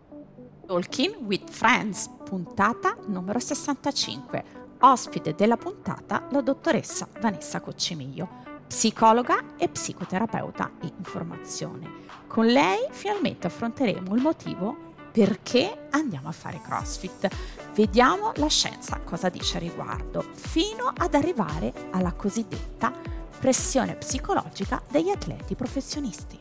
Talking with Friends, puntata numero 65. Ospite della puntata la dottoressa Vanessa Coccimiglio, psicologa e psicoterapeuta in formazione. Con lei finalmente affronteremo il motivo perché andiamo a fare CrossFit. Vediamo la scienza cosa dice a riguardo, fino ad arrivare alla cosiddetta pressione psicologica degli atleti professionisti.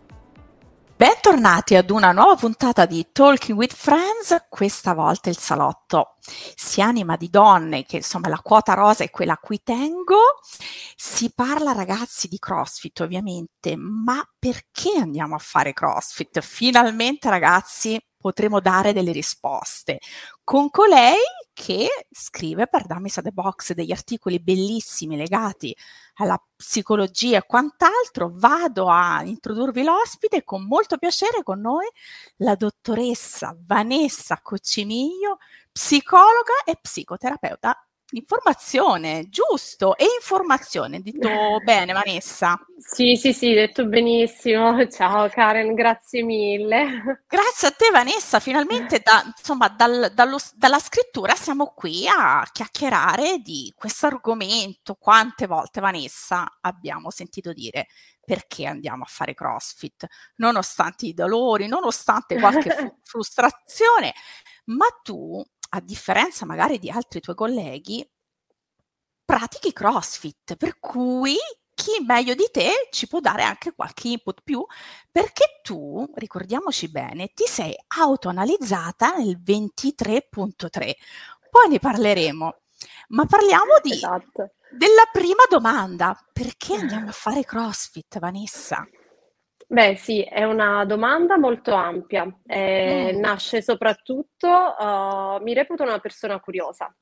Bentornati ad una nuova puntata di Talking with Friends, questa volta il salotto si anima di donne, che insomma la quota rosa è quella a cui tengo. Si parla, ragazzi, di CrossFit ovviamente, ma perché andiamo a fare CrossFit? Finalmente, ragazzi, potremo dare delle risposte con colei che scrive per Dummies at the Box degli articoli bellissimi legati alla psicologia e quant'altro. Vado a introdurvi l'ospite con molto piacere, con noi la dottoressa Vanessa Coccimiglio, psicologa e psicoterapeuta in formazione, giusto? E informazione, detto bene, Vanessa? Sì, detto benissimo. Ciao Karen, grazie mille. Grazie a te, Vanessa, finalmente dalla scrittura siamo qui a chiacchierare di questo argomento. Quante volte, Vanessa, abbiamo sentito dire perché andiamo a fare CrossFit, nonostante i dolori, nonostante qualche frustrazione, ma tu, a differenza magari di altri tuoi colleghi, pratichi CrossFit, per cui chi meglio di te ci può dare anche qualche input più, perché tu, ricordiamoci bene, ti sei autoanalizzata nel 23.3. Poi ne parleremo, ma parliamo Esatto. della prima domanda. Perché andiamo a fare CrossFit, Vanessa? Beh, sì, è una domanda molto ampia. Mm. Nasce soprattutto, mi reputo una persona curiosa.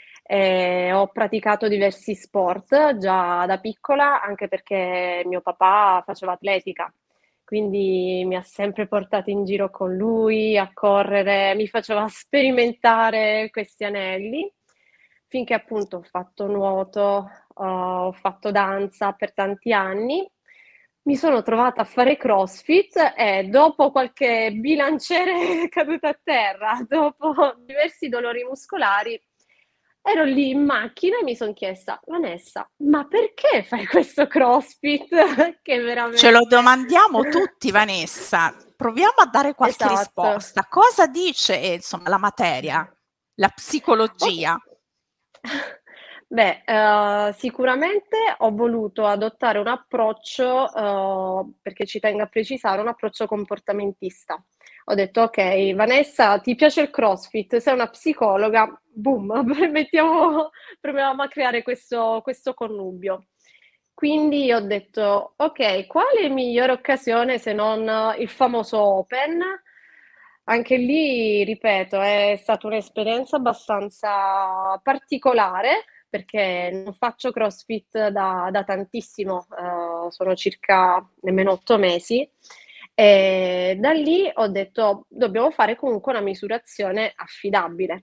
Ho praticato diversi sport già da piccola, anche perché mio papà faceva atletica, quindi mi ha sempre portato in giro con lui a correre, mi faceva sperimentare questi anelli, finché appunto ho fatto nuoto, ho fatto danza per tanti anni. Mi sono trovata a fare CrossFit e dopo qualche bilanciere caduto a terra, dopo diversi dolori muscolari, ero lì in macchina e mi sono chiesta, Vanessa, ma perché fai questo CrossFit? Che Ce lo veramente... domandiamo tutti, Vanessa. Proviamo a dare qualche Esatto. risposta. Cosa dice, insomma, la materia, la Oh. psicologia? Beh, sicuramente ho voluto adottare un approccio, perché ci tengo a precisare, un approccio comportamentista. Ho detto, ok, Vanessa, ti piace il CrossFit? Sei una psicologa? Boom, proviamo a creare questo connubio. Quindi ho detto, ok, quale migliore occasione se non il famoso Open? Anche lì, ripeto, è stata un'esperienza abbastanza particolare perché non faccio CrossFit da tantissimo, sono circa nemmeno 8 mesi. E da lì ho detto dobbiamo fare comunque una misurazione affidabile.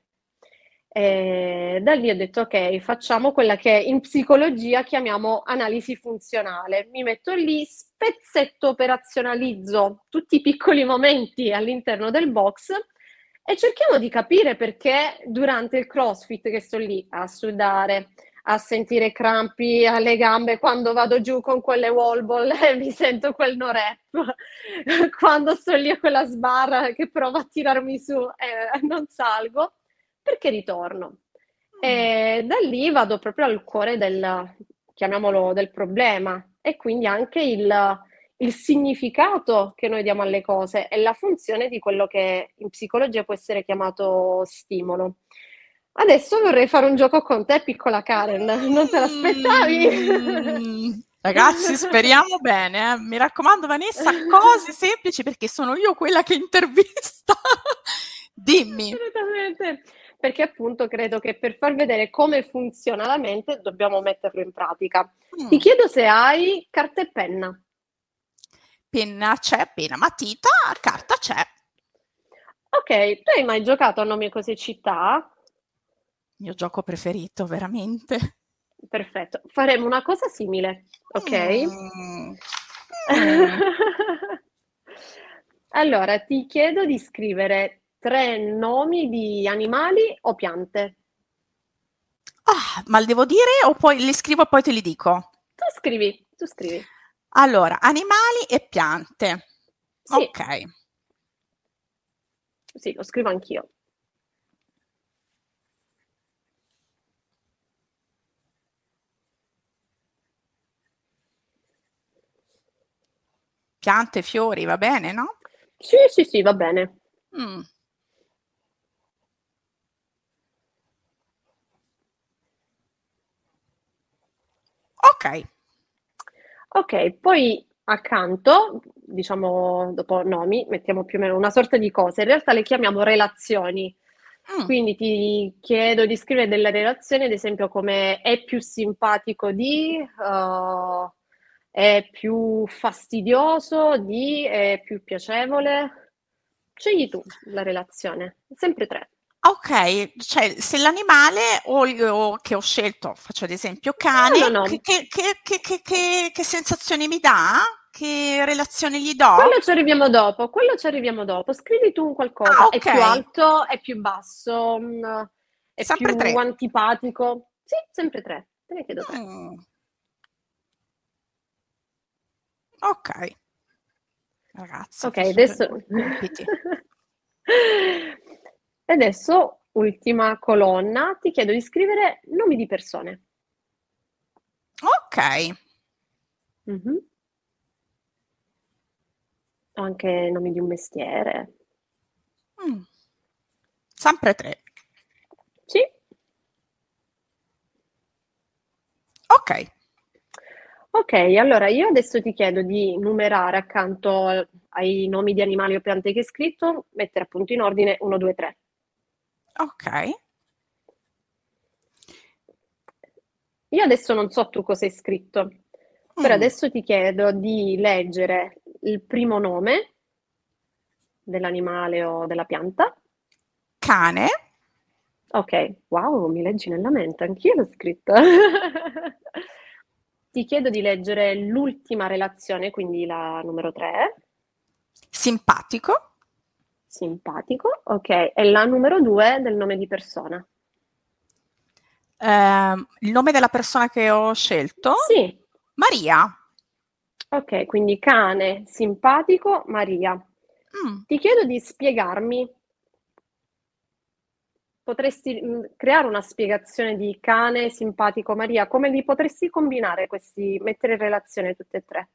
E da lì ho detto ok, facciamo quella che in psicologia chiamiamo analisi funzionale. Mi metto lì, spezzetto, operazionalizzo tutti i piccoli momenti all'interno del box e cerchiamo di capire perché durante il CrossFit che sto lì a sudare, a sentire crampi alle gambe quando vado giù con quelle wall ball e mi sento quel no rep, quando sto lì a quella sbarra che provo a tirarmi su e non salgo, perché ritorno. Mm. E da lì vado proprio al cuore del, chiamiamolo, del problema e quindi anche il significato che noi diamo alle cose e la funzione di quello che in psicologia può essere chiamato stimolo. Adesso vorrei fare un gioco con te, piccola Karen, non te l'aspettavi? Ragazzi, speriamo bene. Mi raccomando, Vanessa, cose semplici perché sono io quella che intervista. Dimmi. Assolutamente, perché appunto credo che per far vedere come funziona la mente dobbiamo metterlo in pratica. Ti Mm. chiedo se hai carta e penna. Penna c'è, penna, matita, carta c'è. Ok, tu hai mai giocato a Nomi, Cose e Città? Mio gioco preferito, veramente. Perfetto, faremo una cosa simile, ok? Mm. Mm. Allora, ti chiedo di scrivere 3 nomi di animali o piante. Ah, ma li devo dire o poi li scrivo e poi te li dico? Tu scrivi. Allora, animali e piante. Sì, Ok. sì, lo scrivo anch'io. Piante, fiori, va bene, no? Sì, sì, sì, va bene. Mm, ok. Ok, poi accanto, diciamo dopo nomi, mettiamo più o meno una sorta di cose. In realtà le chiamiamo relazioni. Mm, Quindi ti chiedo di scrivere delle relazioni, ad esempio come è più simpatico di, è più fastidioso di, è più piacevole. Scegli tu la relazione, sempre 3. ok, cioè se l'animale o che ho scelto, faccio ad esempio cane, No, no, no. che sensazioni mi dà? Che relazione gli do? Quello ci arriviamo dopo, quello ci arriviamo dopo. Scrivi tu un Ah, qualcosa. È ok, più alto, è più basso, è sempre più tre. antipatico. Sì, sempre 3. Te ne chiedo 3. Mm, ok, ragazzi, Ok, adesso adesso... ho i compiti. E adesso, ultima colonna, ti chiedo di scrivere nomi di persone. Ok, Mhm. O anche nomi di un mestiere. mm, sempre tre. Sì? Ok, Ok, allora io adesso ti chiedo di numerare accanto ai nomi di animali o piante che hai scritto, mettere appunto in ordine 1, 2, 3. ok. Io adesso non so tu cosa hai scritto, però Mm, adesso ti chiedo di leggere il primo nome dell'animale o della pianta. cane, Ok, wow, mi leggi nella mente, anch'io l'ho scritto. Ti chiedo di leggere l'ultima relazione, quindi la numero 3, simpatico, simpatico, ok, e la numero 2 del nome di persona. il nome della persona che ho scelto, Sì, Maria. ok, quindi cane, simpatico, Maria. Mm, Ti chiedo di spiegarmi, potresti creare una spiegazione di cane, simpatico, Maria, come li potresti combinare questi, mettere in relazione tutte e 3?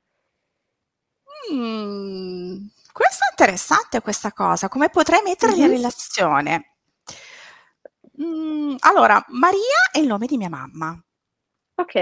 Questo è interessante questa cosa, come potrei metterli in Mhm. relazione? Allora, Maria è il nome di mia mamma. Ok,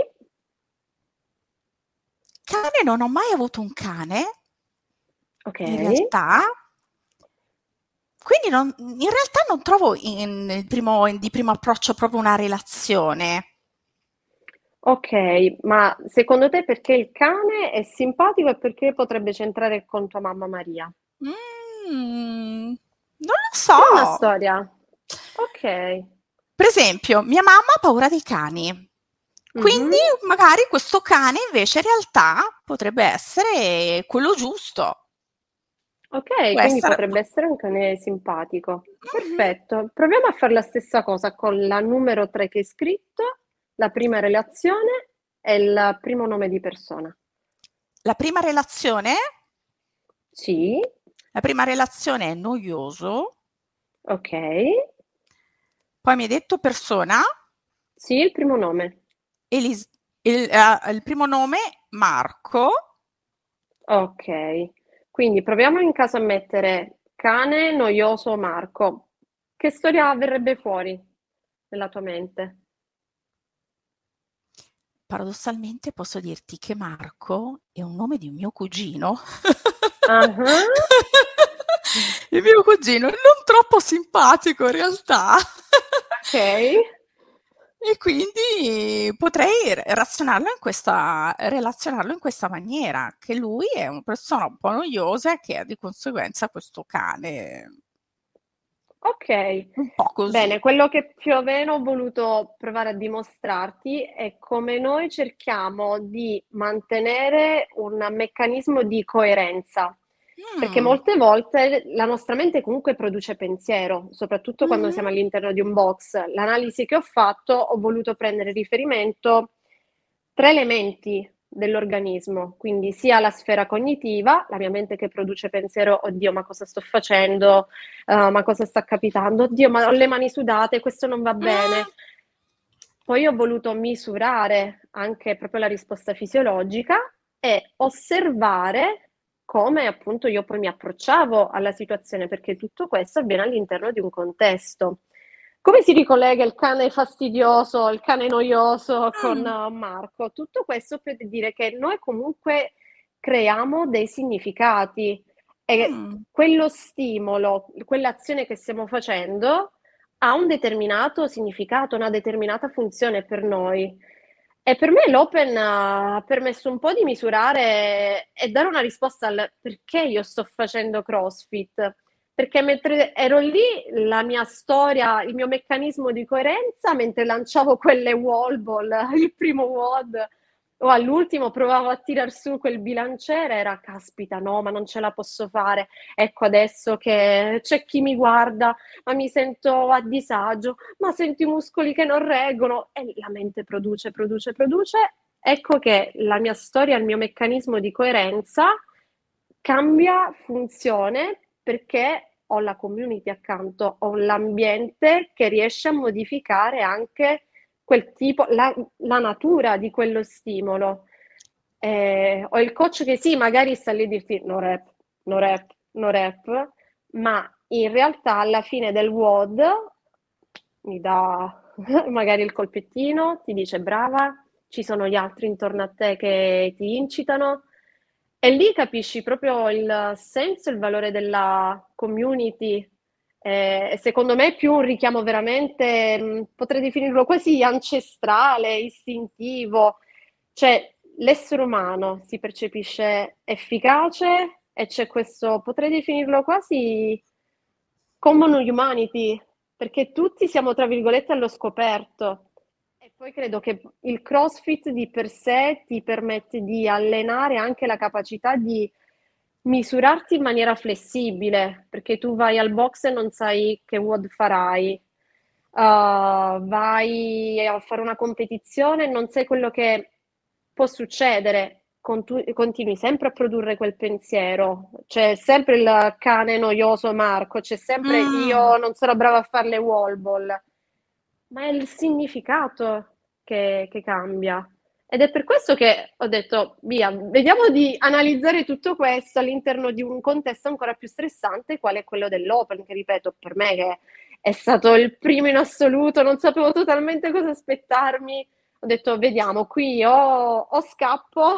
Cane non ho mai avuto un cane, ok, in realtà, quindi in realtà non trovo di primo approccio proprio una relazione. ok, ma secondo te perché il cane è simpatico e perché potrebbe c'entrare con tua mamma Maria? Non lo C'è una so. storia? Ok. Per esempio, mia mamma ha paura dei cani, quindi Mhm. magari questo cane invece in realtà potrebbe essere quello giusto. Ok, Può quindi essere. potrebbe essere un cane simpatico. Mhm. Perfetto. Proviamo a fare la stessa cosa con la numero 3 che hai scritto, la prima relazione e il primo nome di persona. La prima relazione, Sì, la prima relazione è noioso, ok. poi mi hai detto persona, Sì, il primo nome. Elis- il primo nome Marco, Ok. Quindi proviamo in caso a mettere cane noioso Marco. Che storia verrebbe fuori nella tua mente? paradossalmente posso dirti che Marco è un nome di un mio cugino. Ah, Il mio cugino è non troppo simpatico in realtà. ok. E quindi potrei relazionarlo in questa maniera, che lui è una persona un po' noiosa e che ha di conseguenza questo cane Ok, un po' così. bene, quello che più o meno ho voluto provare a dimostrarti è come noi cerchiamo di mantenere un meccanismo di coerenza. Perché Mm. molte volte la nostra mente comunque produce pensiero, soprattutto quando Mhm. siamo all'interno di un box. L'analisi che ho fatto, ho voluto prendere riferimento tre elementi dell'organismo, quindi sia la sfera cognitiva, la mia mente che produce pensiero, oddio, ma cosa sto facendo? Ma cosa sta capitando? Oddio, ma ho le mani sudate, questo non va bene. Mm. Poi ho voluto misurare anche proprio la risposta fisiologica e osservare come appunto io poi mi approcciavo alla situazione, perché tutto questo avviene all'interno di un contesto. Come si ricollega il cane fastidioso, il cane noioso con Mm. Marco? Tutto questo per dire che noi comunque creiamo dei significati e Mm. quello stimolo, quell'azione che stiamo facendo ha un determinato significato, una determinata funzione per noi. E per me l'Open ha permesso un po' di misurare e dare una risposta al perché io sto facendo CrossFit. Perché mentre ero lì, la mia storia, il mio meccanismo di coerenza, mentre lanciavo quelle wall ball, il primo WOD, o all'ultimo provavo a tirar su quel bilanciere, era caspita, no, ma non ce la posso fare. Ecco adesso che c'è chi mi guarda, ma mi sento a disagio, ma sento i muscoli che non reggono e la mente produce, produce, produce. Ecco che la mia storia, il mio meccanismo di coerenza cambia funzione perché ho la community accanto, ho l'ambiente che riesce a modificare anche quel tipo, la natura di quello stimolo. Ho il coach che sì, magari sta lì a dirti no rep, no rep, no rep, ma in realtà alla fine del WOD mi dà magari il colpettino, ti dice brava, ci sono gli altri intorno a te che ti incitano e lì capisci proprio il senso e il valore della community. E secondo me è più un richiamo veramente, potrei definirlo quasi ancestrale, istintivo, cioè l'essere umano si percepisce efficace e c'è questo, potrei definirlo quasi common humanity, perché tutti siamo, tra virgolette, allo scoperto. E poi credo che il CrossFit di per sé ti permette di allenare anche la capacità di misurarti in maniera flessibile, perché tu vai al box e non sai che WOD farai. Vai a fare una competizione e non sai quello che può succedere. Continui sempre a produrre quel pensiero, c'è sempre il cane noioso Marco, c'è sempre Mm. io non sono brava a fare le wall ball, ma è il significato che cambia. Ed è per questo che ho detto, via, vediamo di analizzare tutto questo all'interno di un contesto ancora più stressante, quale è quello dell'Open, che ripeto, per me che è stato il primo in assoluto, non sapevo totalmente cosa aspettarmi. Ho detto, vediamo, qui o scappo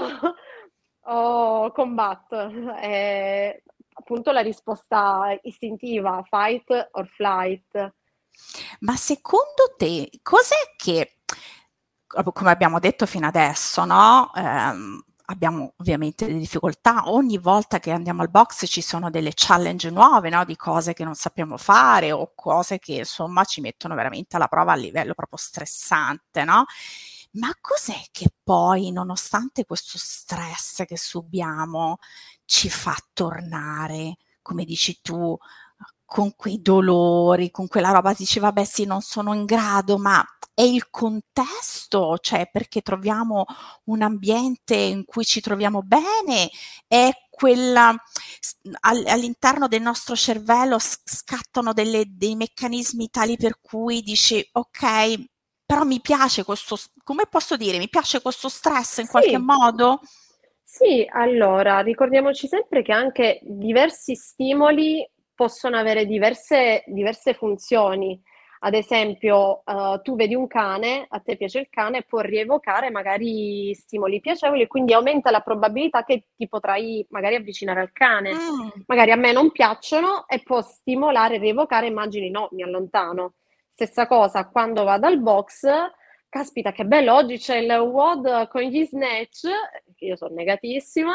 o combatto. E, appunto la risposta istintiva, fight or flight. Ma secondo te cos'è che, come abbiamo detto fino adesso, no? Abbiamo ovviamente delle difficoltà, ogni volta che andiamo al box ci sono delle challenge nuove, no? Di cose che non sappiamo fare o cose che insomma ci mettono veramente alla prova a livello proprio stressante, no? Ma cos'è che poi, nonostante questo stress che subiamo, ci fa tornare, come dici tu, con quei dolori, con quella roba, dici vabbè sì, non sono in grado, ma è il contesto, cioè perché troviamo un ambiente in cui ci troviamo bene, è quella all'interno del nostro cervello scattano dei meccanismi tali per cui dici ok, però mi piace questo, come posso dire, mi piace questo stress in qualche Sì, modo? sì, allora ricordiamoci sempre che anche diversi stimoli possono avere diverse funzioni. Ad esempio, tu vedi un cane, a te piace il cane, può rievocare magari stimoli piacevoli e quindi aumenta la probabilità che ti potrai magari avvicinare al cane. Mm. Magari a me non piacciono e può stimolare, rievocare, immagini no, mi allontano. Stessa cosa quando vado al box. Caspita, che bello, oggi c'è il WOD con gli snatch, che io sono negatissima.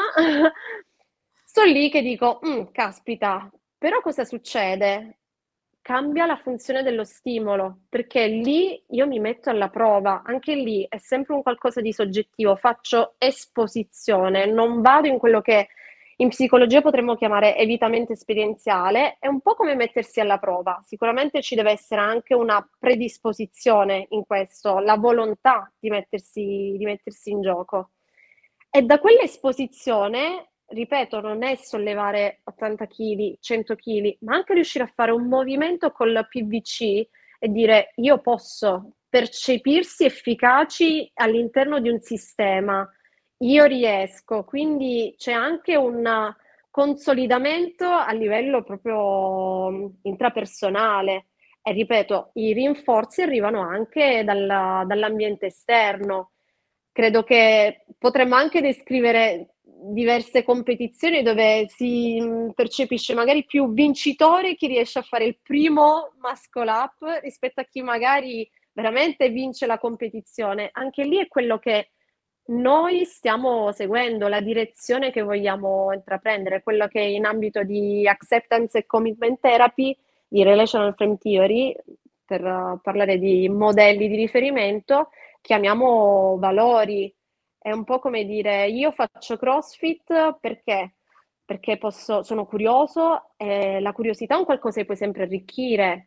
Sto lì che dico, caspita, però cosa succede? Cambia la funzione dello stimolo, perché lì io mi metto alla prova, anche lì è sempre un qualcosa di soggettivo, faccio esposizione, non vado in quello che in psicologia potremmo chiamare evitamento esperienziale, è un po' come mettersi alla prova. Sicuramente ci deve essere anche una predisposizione in questo, la volontà di mettersi in gioco. E da quell'esposizione, ripeto, non è sollevare 80 kg, 100 kg, ma anche riuscire a fare un movimento col PVC e dire io posso percepirsi efficaci all'interno di un sistema, io riesco, quindi c'è anche un consolidamento a livello proprio intrapersonale. E ripeto, i rinforzi arrivano anche dall'ambiente esterno. Credo che potremmo anche descrivere diverse competizioni dove si percepisce magari più vincitore chi riesce a fare il primo muscle up rispetto a chi magari veramente vince la competizione. Anche lì è quello che noi stiamo seguendo, la direzione che vogliamo intraprendere, quello che in ambito di acceptance e commitment therapy, di relational frame theory, per parlare di modelli di riferimento, chiamiamo valori. È un po' come dire, io faccio CrossFit perché sono curioso e la curiosità è un qualcosa che puoi sempre arricchire.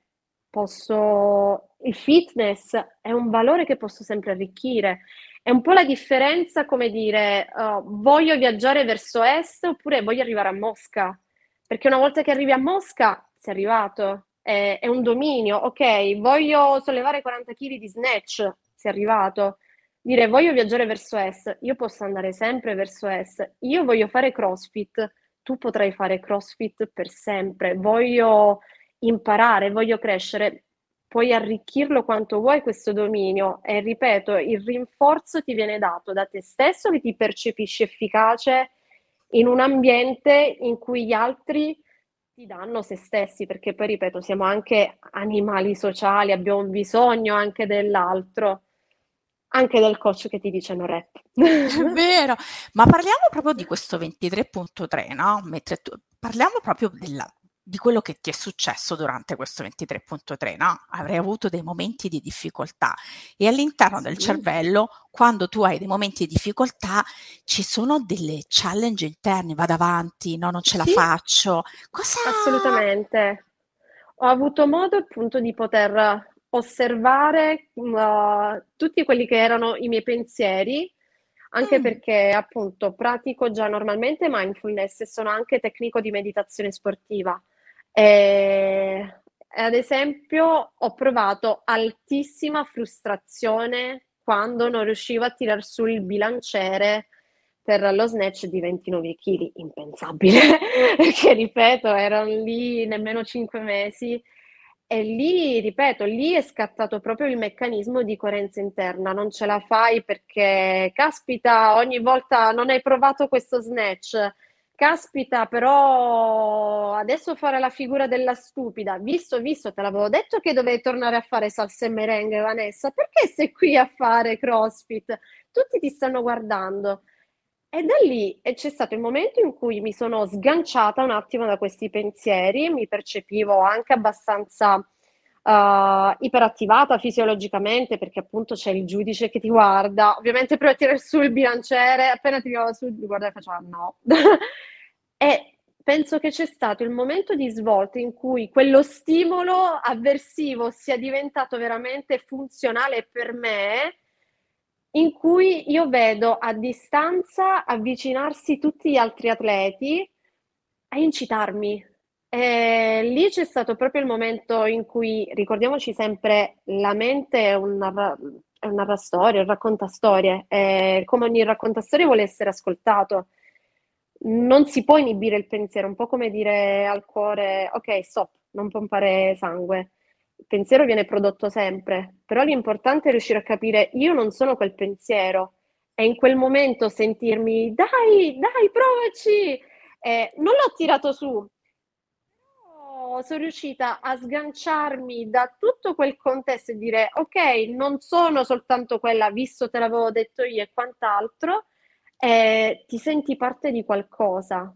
Il fitness è un valore che posso sempre arricchire. È un po' la differenza come dire, voglio viaggiare verso est oppure voglio arrivare a Mosca. Perché una volta che arrivi a Mosca, sei arrivato, è un dominio. Ok, voglio sollevare 40 kg di snatch, sei arrivato. Dire voglio viaggiare verso est, io posso andare sempre verso est. Io voglio fare CrossFit, tu potrai fare CrossFit per sempre. Voglio imparare, voglio crescere. Puoi arricchirlo quanto vuoi questo dominio e ripeto, il rinforzo ti viene dato da te stesso che ti percepisci efficace in un ambiente in cui gli altri ti danno se stessi, perché poi ripeto, siamo anche animali sociali, abbiamo bisogno anche dell'altro, anche del coach che ti dice no rep. È vero, ma parliamo proprio di questo 23.3, no? Parliamo proprio di quello che ti è successo durante questo 23.3, no? Avrai avuto dei momenti di difficoltà e all'interno del Sì, cervello, quando tu hai dei momenti di difficoltà, ci sono delle challenge interni, vado avanti, no, non ce la sì, faccio. Cosa... assolutamente. Ho avuto modo appunto di poter osservare tutti quelli che erano i miei pensieri, anche Mm, perché appunto pratico già normalmente mindfulness e sono anche tecnico di meditazione sportiva. Ad esempio, ho provato altissima frustrazione quando non riuscivo a tirar su il bilanciere per lo snatch di 29 kg, impensabile, perché ripeto, erano lì nemmeno 5 mesi e lì, ripeto, lì è scattato proprio il meccanismo di coerenza interna, non ce la fai perché, caspita, ogni volta non hai provato questo snatch, caspita, però adesso fare la figura della stupida, visto, te l'avevo detto che dovevi tornare a fare salsa e merengue, Vanessa, perché sei qui a fare CrossFit? Tutti ti stanno guardando. E da lì c'è stato il momento in cui mi sono sganciata un attimo da questi pensieri, mi percepivo anche abbastanza iperattivata fisiologicamente perché appunto c'è il giudice che ti guarda, ovviamente prima di tirare su il bilanciere, appena tirava su mi guarda e faceva no. E penso che c'è stato il momento di svolta in cui quello stimolo avversivo sia diventato veramente funzionale per me, in cui io vedo a distanza avvicinarsi tutti gli altri atleti a incitarmi. E lì c'è stato proprio il momento in cui, ricordiamoci sempre, la mente è un narrastorie, un raccontastorie, e come ogni raccontastorie vuole essere ascoltato. Non si può inibire il pensiero, un po' come dire al cuore, ok, stop, non pompare sangue. Il pensiero viene prodotto sempre, però l'importante è riuscire a capire, io non sono quel pensiero, e in quel momento sentirmi, dai, provaci! Non l'ho tirato su, però sono riuscita a sganciarmi da tutto quel contesto e dire, ok, non sono soltanto quella, visto te l'avevo detto io e quant'altro, ti senti parte di qualcosa.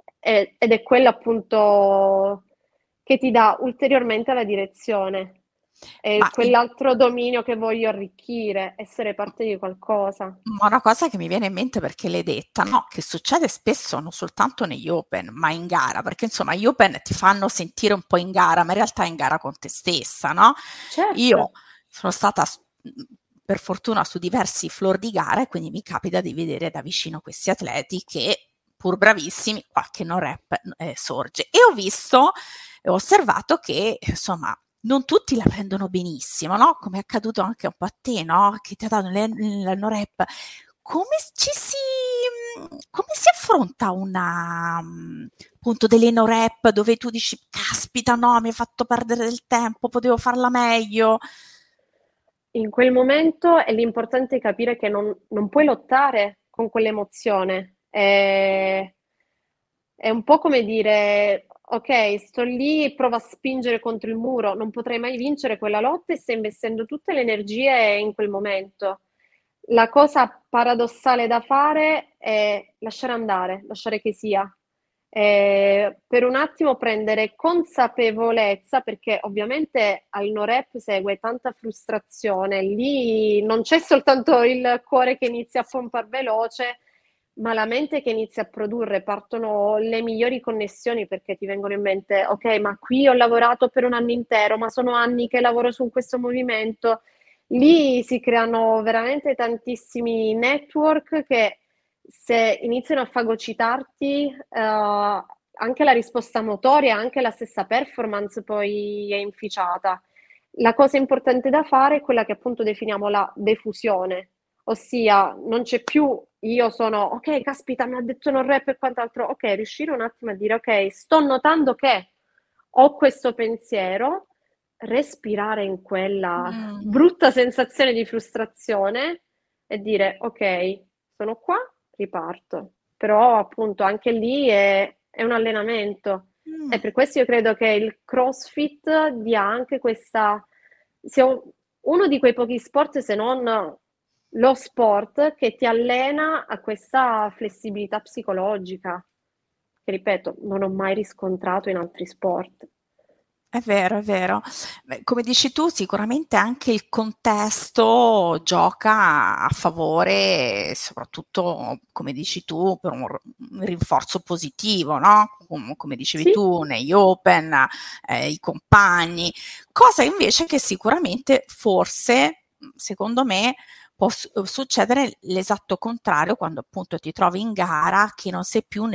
Ed è quello appunto che ti dà ulteriormente la direzione. È Ma quell'altro dominio che voglio arricchire, essere parte di qualcosa. Ma una cosa che mi viene in mente perché l'hai detta, no? Che succede spesso non soltanto negli Open, ma in gara, perché insomma gli Open ti fanno sentire un po' in gara, ma in realtà è in gara con te stessa, no? Certo. Io sono stata per fortuna su diversi floor di gara e quindi mi capita di vedere da vicino questi atleti che, pur bravissimi, qualche no rap sorge. E ho visto, ho osservato che insomma non tutti la prendono benissimo, no? Come è accaduto anche un po' a te, no? Che ti ha dato l'anno rap. Come come si affronta una, appunto, delle no rap dove tu dici, caspita, no, mi hai fatto perdere del tempo, potevo farla meglio. In quel momento è l'importante capire che non puoi lottare con quell'emozione. È un po' come dire, ok, sto lì, provo a spingere contro il muro, non potrei mai vincere quella lotta e stai investendo tutte le energie in quel momento. La cosa paradossale da fare è lasciare andare, lasciare che sia. Per un attimo prendere consapevolezza, perché ovviamente al no rap segue tanta frustrazione, lì non c'è soltanto il cuore che inizia a pompare veloce, ma la mente che inizia a produrre, partono le migliori connessioni perché ti vengono in mente, ok, ma qui ho lavorato per un anno intero, ma sono anni che lavoro su questo movimento. Lì si creano veramente tantissimi network che se iniziano a fagocitarti, anche la risposta motoria, anche la stessa performance poi è inficiata. La cosa importante da fare è quella che appunto definiamo la defusione, ossia non c'è più io sono, ok, caspita, mi ha detto non rap e quant'altro, ok, riuscire un attimo a dire, ok, sto notando che ho questo pensiero, respirare in quella Mm. brutta sensazione di frustrazione e dire, ok, sono qua, riparto. Però appunto anche lì è un allenamento. E Mm. per questo io credo che il CrossFit dia anche questa, sia uno di quei pochi sport, se non lo sport, che ti allena a questa flessibilità psicologica, che ripeto, non ho mai riscontrato in altri sport. È vero, è vero. Beh, come dici tu, sicuramente anche il contesto gioca a favore, soprattutto, come dici tu, per un rinforzo positivo, no? Come dicevi Sì, tu, negli Open, i compagni, cosa invece che sicuramente forse, secondo me, può succedere l'esatto contrario quando appunto ti trovi in gara che non sei più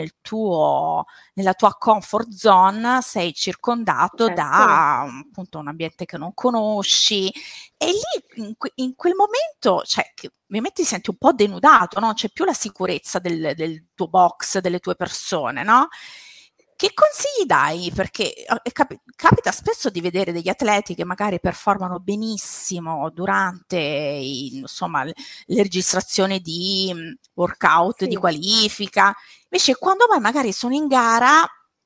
nella tua comfort zone, sei circondato certo. da appunto un ambiente che non conosci e lì in quel momento, cioè, che ovviamente ti senti un po' denudato, no? C'è più la sicurezza del tuo box, delle tue persone, no? Che consigli dai? Perché capita spesso di vedere degli atleti che magari performano benissimo durante insomma, le registrazioni di workout, di Sì. qualifica, invece quando poi magari sono in gara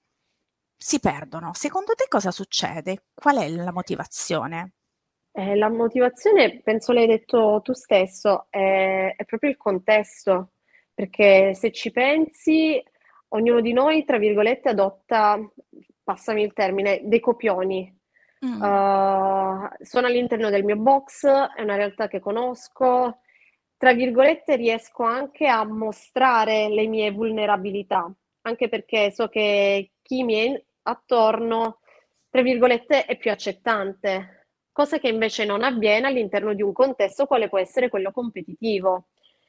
si perdono. Secondo te cosa succede? Qual è la motivazione? La motivazione, penso l'hai detto tu stesso, è proprio il contesto, perché se ci pensi, ognuno di noi, tra virgolette, adotta, passami il termine, dei copioni. Mm, Sono all'interno del mio box, è una realtà che conosco, tra virgolette, riesco anche a mostrare le mie vulnerabilità, anche perché so che chi mi è attorno, tra virgolette, è più accettante, cosa che invece non avviene all'interno di un contesto quale può essere quello competitivo.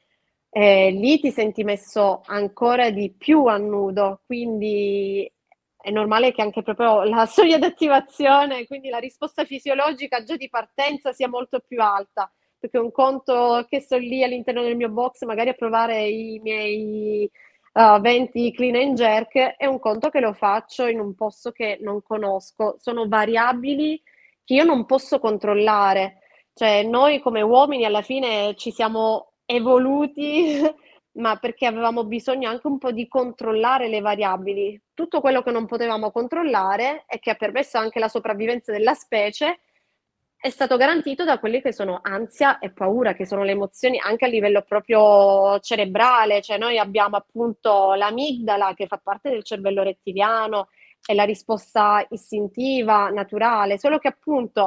Lì ti senti messo ancora di più a nudo, quindi è normale che anche proprio la soglia di attivazione, quindi la risposta fisiologica già di partenza sia molto più alta, perché un conto che sto lì all'interno del mio box magari a provare i miei 20 clean and jerk, è un conto che lo faccio in un posto che non conosco, sono variabili che io non posso controllare. Cioè, noi come uomini alla fine ci siamo evoluti, ma perché avevamo bisogno anche un po' di controllare le variabili. Tutto quello che non potevamo controllare e che ha permesso anche la sopravvivenza della specie è stato garantito da quelli che sono ansia e paura, che sono le emozioni anche a livello proprio cerebrale. Cioè, noi abbiamo appunto l'amigdala che fa parte del cervello rettiliano, è la risposta istintiva, naturale, solo che appunto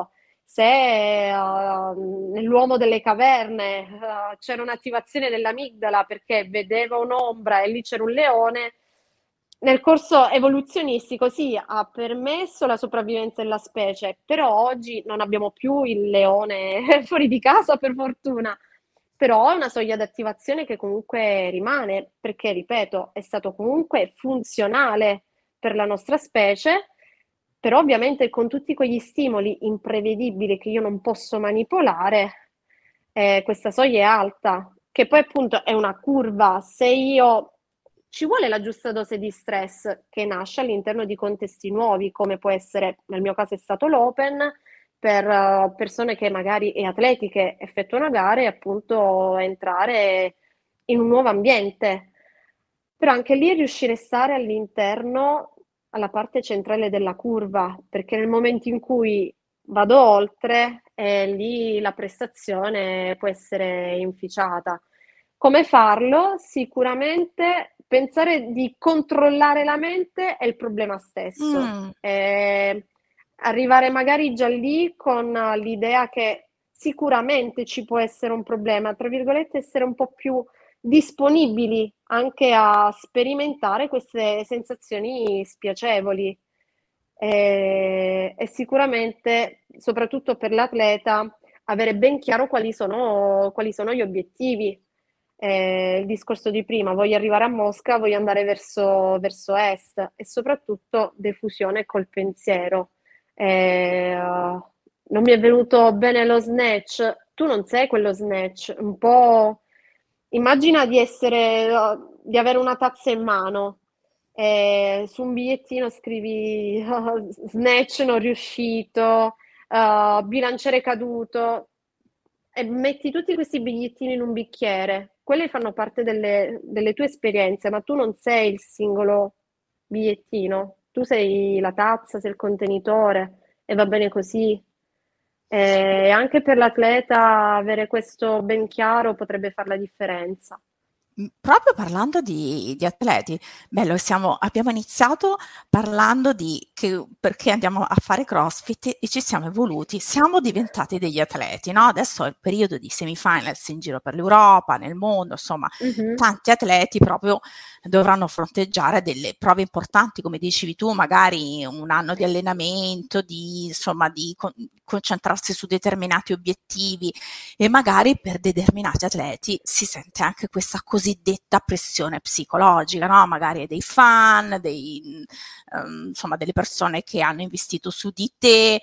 se nell'uomo delle caverne c'era un'attivazione dell'amigdala perché vedeva un'ombra e lì c'era un leone, nel corso evoluzionistico sì, ha permesso la sopravvivenza della specie, però oggi non abbiamo più il leone fuori di casa, per fortuna. Però è una soglia di attivazione che comunque rimane, perché, ripeto, è stato comunque funzionale per la nostra specie, però ovviamente con tutti quegli stimoli imprevedibili che io non posso manipolare, questa soglia è alta, che poi appunto è una curva. Se io ci vuole la giusta dose di stress che nasce all'interno di contesti nuovi, come può essere, nel mio caso è stato l'Open, per persone che magari e atleti che effettuano gare, appunto entrare in un nuovo ambiente. Però anche lì riuscire a stare all'interno, alla parte centrale della curva, perché nel momento in cui vado oltre, lì la prestazione può essere inficiata. Come farlo? Sicuramente pensare di controllare la mente è il problema stesso. Mm. Arrivare magari già lì con l'idea che sicuramente ci può essere un problema, tra virgolette, essere un po' più disponibili anche a sperimentare queste sensazioni spiacevoli. E sicuramente, soprattutto per l'atleta, avere ben chiaro quali sono gli obiettivi. Il discorso di prima, voglio arrivare a Mosca, voglio andare verso est e soprattutto defusione col pensiero. Non mi è venuto bene lo snatch, tu non sei quello snatch, un po'. Immagina di avere una tazza in mano e su un bigliettino scrivi snatch non riuscito, bilanciere caduto e metti tutti questi bigliettini in un bicchiere. Quelle fanno parte delle tue esperienze, ma tu non sei il singolo bigliettino, tu sei la tazza, sei il contenitore e va bene così. E anche per l'atleta avere questo ben chiaro potrebbe fare la differenza. Proprio parlando di atleti, bello, abbiamo iniziato parlando di perché andiamo a fare CrossFit e ci siamo evoluti, siamo diventati degli atleti, no? Adesso è il periodo di semifinals in giro per l'Europa, nel mondo, insomma, Mhm. tanti atleti proprio dovranno fronteggiare delle prove importanti, come dicevi tu, magari un anno di allenamento, insomma, di concentrarsi su determinati obiettivi e magari per determinati atleti si sente anche questa cosiddetta pressione psicologica, no? Magari dei fan, insomma, delle persone che hanno investito su di te.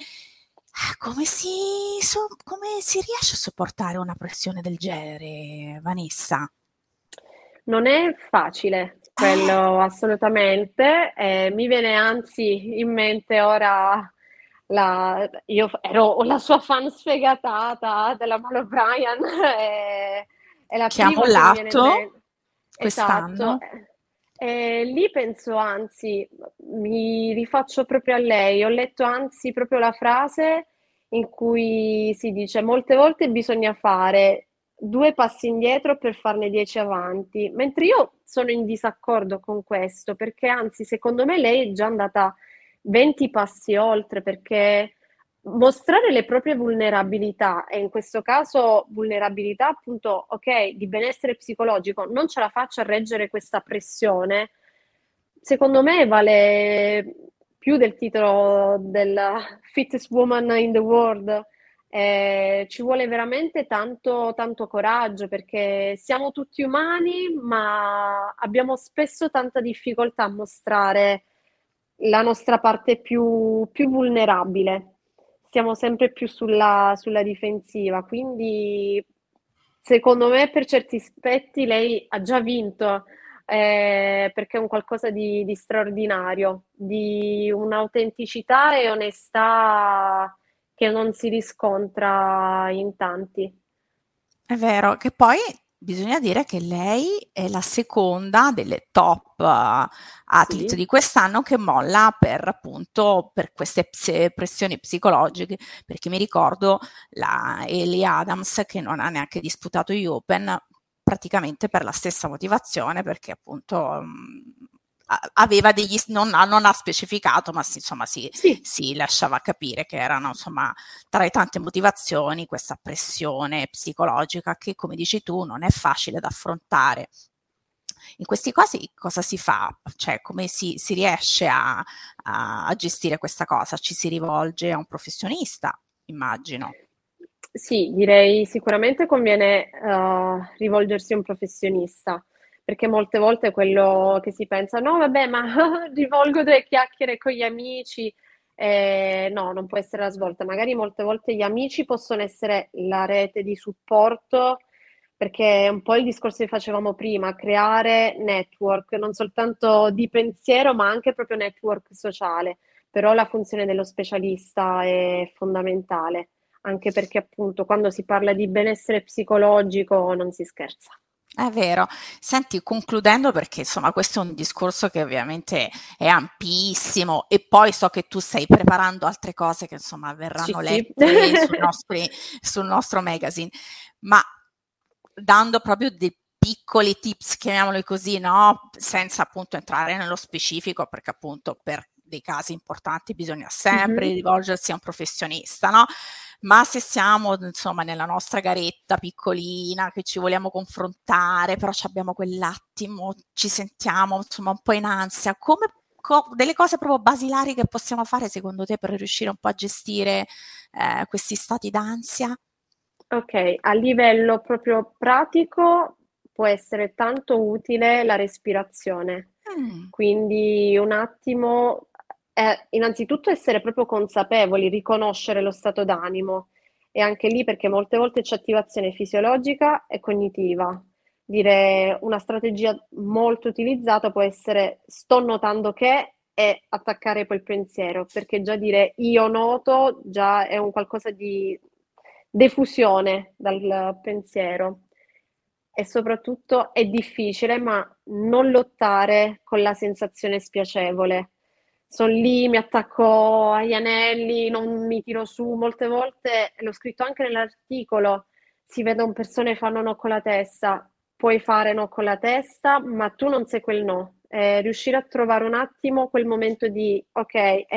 Come si riesce a sopportare una pressione del genere, Vanessa? Non è facile, Eh, quello assolutamente. Mi viene anzi in mente ora io ero la sua fan sfegatata della Mal O'Brien è la che ha prima che mi viene in mollato mente. Esatto. quest'anno. E lì penso, anzi, mi rifaccio proprio a lei. Ho letto anzi proprio la frase in cui si dice molte volte bisogna fare due passi indietro per farne 10 avanti, mentre io sono in disaccordo con questo, perché anzi, secondo me lei è già andata 20 passi oltre, perché mostrare le proprie vulnerabilità, e in questo caso vulnerabilità appunto, ok, di benessere psicologico, non ce la faccio a reggere questa pressione, secondo me vale più del titolo del Fittest Woman in the World. Ci vuole veramente tanto, tanto coraggio perché siamo tutti umani, ma abbiamo spesso tanta difficoltà a mostrare la nostra parte più vulnerabile. Siamo sempre più sulla difensiva, quindi secondo me per certi aspetti lei ha già vinto, perché è un qualcosa di straordinario, di un'autenticità e onestà che non si riscontra in tanti. È vero, che poi bisogna dire che lei è la seconda delle top athlete Sì. di quest'anno che molla per appunto per queste pressioni psicologiche, perché mi ricordo la Ellie Adams che non ha neanche disputato gli Open praticamente per la stessa motivazione, perché appunto aveva degli, non ha specificato, ma insomma Sì, si lasciava capire che erano insomma tra le tante motivazioni questa pressione psicologica che, come dici tu, non è facile da affrontare. In questi casi cosa si fa? Cioè, come si riesce a gestire questa cosa? Ci si rivolge a un professionista, immagino. sì, direi sicuramente conviene rivolgersi a un professionista, perché molte volte quello che si pensa, no, vabbè, ma rivolgo due chiacchiere con gli amici, no, non può essere la svolta. Magari molte volte gli amici possono essere la rete di supporto, perché è un po' il discorso che facevamo prima, creare network, non soltanto di pensiero, ma anche proprio network sociale. Però la funzione dello specialista è fondamentale, anche perché appunto quando si parla di benessere psicologico non si scherza. È vero. Senti, concludendo, perché insomma questo è un discorso che ovviamente è ampissimo e poi so che tu stai preparando altre cose che insomma Sì, verranno sì. lette sul nostro magazine, ma dando proprio dei piccoli tips, chiamiamoli così, no? Senza appunto entrare nello specifico, perché appunto per dei casi importanti bisogna sempre Mhm. rivolgersi a un professionista, no? Ma se siamo insomma nella nostra garetta piccolina che ci vogliamo confrontare, però abbiamo quell'attimo, ci sentiamo insomma un po' in ansia, come delle cose proprio basilari che possiamo fare secondo te per riuscire un po' a gestire questi stati d'ansia? Ok, a livello proprio pratico può essere tanto utile la respirazione. Mm. Quindi un attimo, innanzitutto essere proprio consapevoli, riconoscere lo stato d'animo e anche lì perché molte volte c'è attivazione fisiologica e cognitiva. Dire una strategia molto utilizzata può essere sto notando che e attaccare poi il pensiero, perché già dire io noto già è un qualcosa di defusione dal pensiero. E soprattutto è difficile, ma non lottare con la sensazione spiacevole. Sono lì, mi attacco agli anelli, non mi tiro su. Molte volte, l'ho scritto anche nell'articolo, si vedono persone che fanno no con la testa. Puoi fare no con la testa, ma tu non sei quel no. Riuscire a trovare un attimo quel momento di, ok,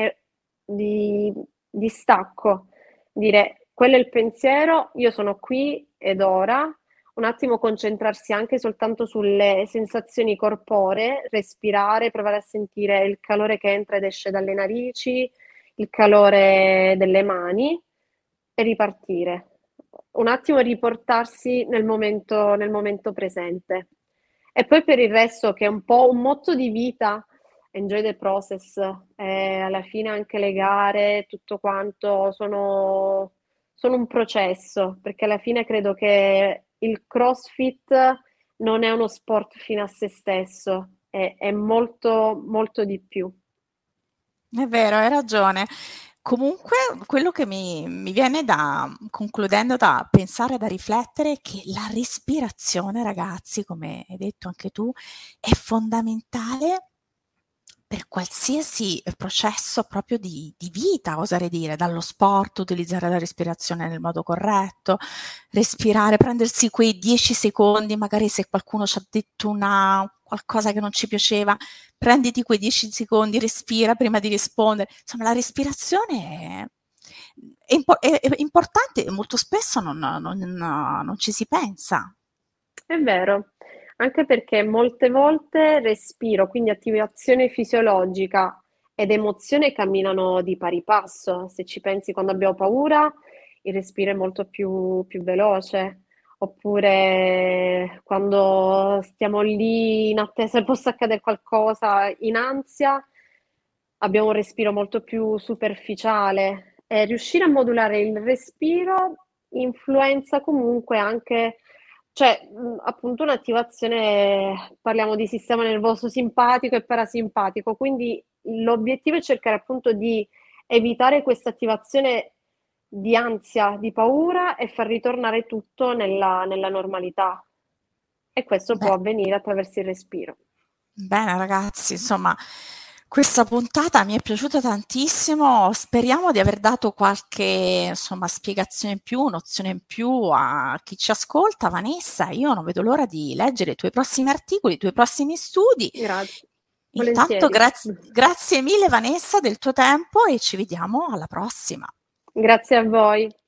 di stacco, dire quello è il pensiero, io sono qui ed ora, un attimo concentrarsi anche soltanto sulle sensazioni corporee, respirare, provare a sentire il calore che entra ed esce dalle narici, il calore delle mani e ripartire. Un attimo riportarsi nel momento presente. E poi per il resto, che è un po' un motto di vita, enjoy the process, alla fine anche le gare, tutto quanto sono un processo, perché alla fine credo che il CrossFit non è uno sport fino a se stesso, è molto, molto di più. È vero, hai ragione. Comunque, quello che mi viene da, concludendo, da pensare, da riflettere, è che la respirazione, ragazzi, come hai detto anche tu, è fondamentale per qualsiasi processo proprio di vita, oserei dire, dallo sport, utilizzare la respirazione nel modo corretto, respirare, prendersi quei 10 secondi, magari se qualcuno ci ha detto qualcosa che non ci piaceva, prenditi quei 10 secondi, respira prima di rispondere. Insomma, la respirazione è importante e molto spesso non ci si pensa. È vero, anche perché molte volte respiro, quindi attivazione fisiologica ed emozione camminano di pari passo. Se ci pensi quando abbiamo paura, il respiro è molto più veloce, oppure quando stiamo lì in attesa che possa accadere qualcosa, in ansia, abbiamo un respiro molto più superficiale. E riuscire a modulare il respiro influenza comunque anche cioè, appunto un'attivazione, parliamo di sistema nervoso simpatico e parasimpatico, quindi l'obiettivo è cercare appunto di evitare questa attivazione di ansia, di paura e far ritornare tutto nella normalità. E questo può Beh, avvenire attraverso il respiro. bene ragazzi, insomma, questa puntata mi è piaciuta tantissimo. Speriamo di aver dato qualche, insomma, spiegazione in più, nozione in più a chi ci ascolta. Vanessa, io non vedo l'ora di leggere i tuoi prossimi articoli, i tuoi prossimi studi. Grazie. Intanto volentieri. grazie mille Vanessa del tuo tempo e ci vediamo alla prossima. Grazie a voi.